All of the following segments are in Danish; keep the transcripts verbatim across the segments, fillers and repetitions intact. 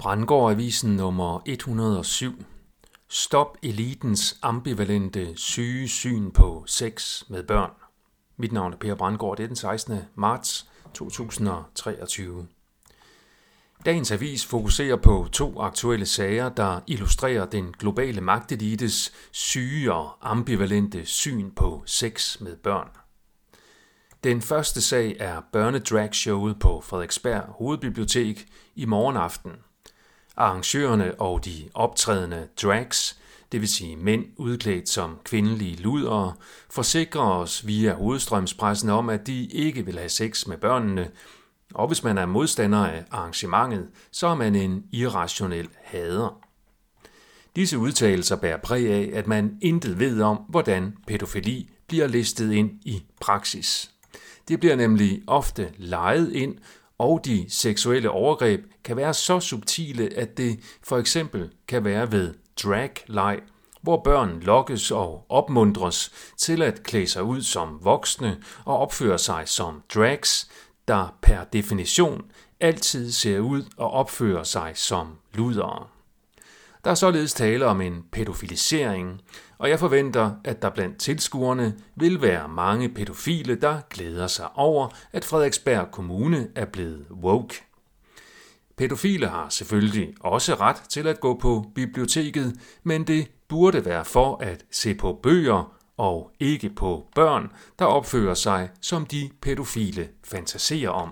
Brandgård-avisen nummer et hundrede og syv. Stop elitens ambivalente syge syn på sex med børn. Mit navn er Per Brandgård, det er den sekstende marts to tusind og treogtyve. Dagens avis fokuserer på to aktuelle sager, der illustrerer den globale magtelites syge og ambivalente syn på sex med børn. Den første sag er børnedragshowet på Frederiksberg Hovedbibliotek i morgenaften. Arrangørerne og de optrædende drags, det vil sige mænd udklædt som kvindelige ludere, forsikrer os via hovedstrømspressen om, at de ikke vil have sex med børnene, og hvis man er modstander af arrangementet, så er man en irrationel hader. Disse udtalelser bærer præg af, at man intet ved om, hvordan pædofili bliver listet ind i praksis. Det bliver nemlig ofte lejet ind, og de seksuelle overgreb kan være så subtile, at det for eksempel kan være ved drag-leg, hvor børn lokkes og opmuntres til at klæde sig ud som voksne og opføre sig som drags, der per definition altid ser ud og opfører sig som ludere. Der er således tale om en pædofilisering, og jeg forventer, at der blandt tilskuerne vil være mange pædofile, der glæder sig over, at Frederiksberg Kommune er blevet woke. Pædofile har selvfølgelig også ret til at gå på biblioteket, men det burde være for at se på bøger og ikke på børn, der opfører sig, som de pædofile fantaserer om.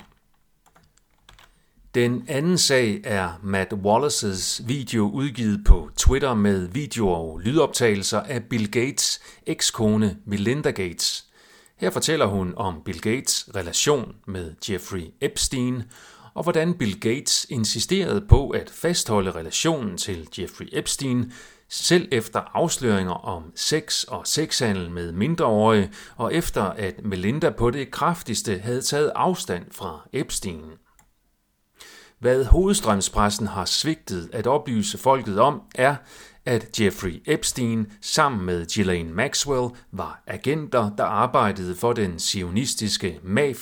Den anden sag er Matt Wallaces video udgivet på Twitter med video- og lydoptagelser af Bill Gates' ekskone Melinda Gates. Her fortæller hun om Bill Gates' relation med Jeffrey Epstein, og hvordan Bill Gates insisterede på at fastholde relationen til Jeffrey Epstein, selv efter afsløringer om sex og sexhandel med mindreårige, og efter at Melinda på det kraftigste havde taget afstand fra Epstein. Hvad hovedstrømspressen har svigtet at oplyse folket om, er, at Jeffrey Epstein sammen med Ghislaine Maxwell var agenter, der arbejdede for den zionistiske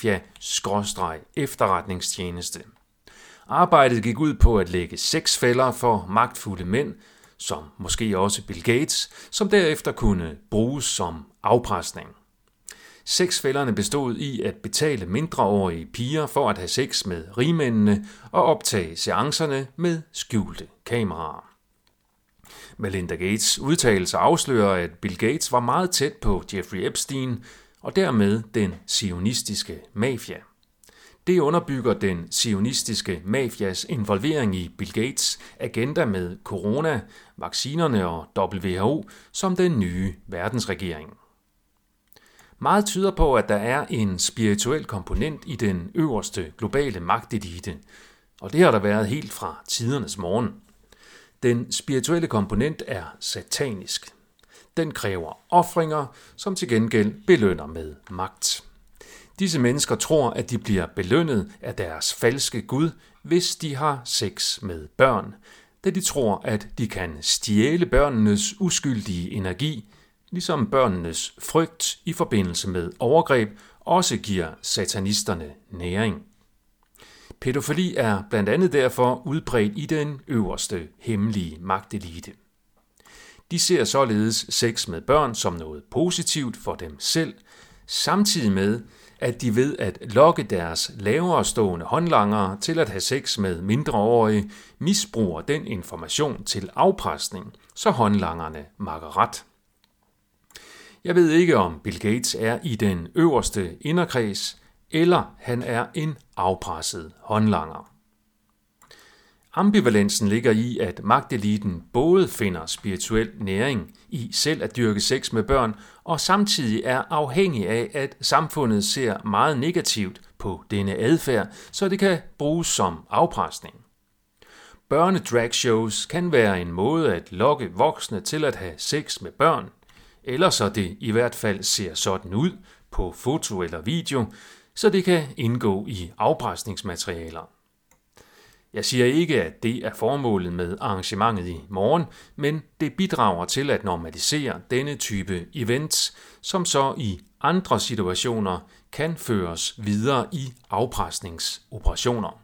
mafia-efterretningstjeneste. Arbejdet gik ud på at lægge sexfælder for magtfulde mænd, som måske også Bill Gates, som derefter kunne bruges som afpresning. Sexfælderne bestod i at betale mindreårige piger for at have sex med rigmændene og optage seancerne med skjulte kameraer. Melinda Gates' udtalelser afslører, at Bill Gates var meget tæt på Jeffrey Epstein og dermed den zionistiske mafia. Det underbygger den zionistiske mafias involvering i Bill Gates' agenda med corona, vaccinerne og W H O som den nye verdensregering. Meget tyder på, at der er en spirituel komponent i den øverste globale magtelite, og det har der været helt fra tidernes morgen. Den spirituelle komponent er satanisk. Den kræver ofringer, som til gengæld belønner med magt. Disse mennesker tror, at de bliver belønnet af deres falske Gud, hvis de har sex med børn, da de tror, at de kan stjæle børnenes uskyldige energi, ligesom børnenes frygt i forbindelse med overgreb også giver satanisterne næring. Pædofili er blandt andet derfor udbredt i den øverste hemmelige magtelite. De ser således sex med børn som noget positivt for dem selv, samtidig med, at de ved at lokke deres lavere stående håndlangere til at have sex med mindreårige, misbruger den information til afpresning, så håndlangerne makker ret. Jeg ved ikke, om Bill Gates er i den øverste inderkreds, eller han er en afpresset håndlanger. Ambivalensen ligger i, at magteliten både finder spirituel næring i selv at dyrke sex med børn, og samtidig er afhængig af, at samfundet ser meget negativt på denne adfærd, så det kan bruges som afpresning. Børnedragshows kan være en måde at lokke voksne til at have sex med børn, eller så det i hvert fald ser sådan ud på foto eller video, så det kan indgå i afpresningsmaterialer. Jeg siger ikke, at det er formålet med arrangementet i morgen, men det bidrager til at normalisere denne type events, som så i andre situationer kan føres videre i afpresningsoperationer.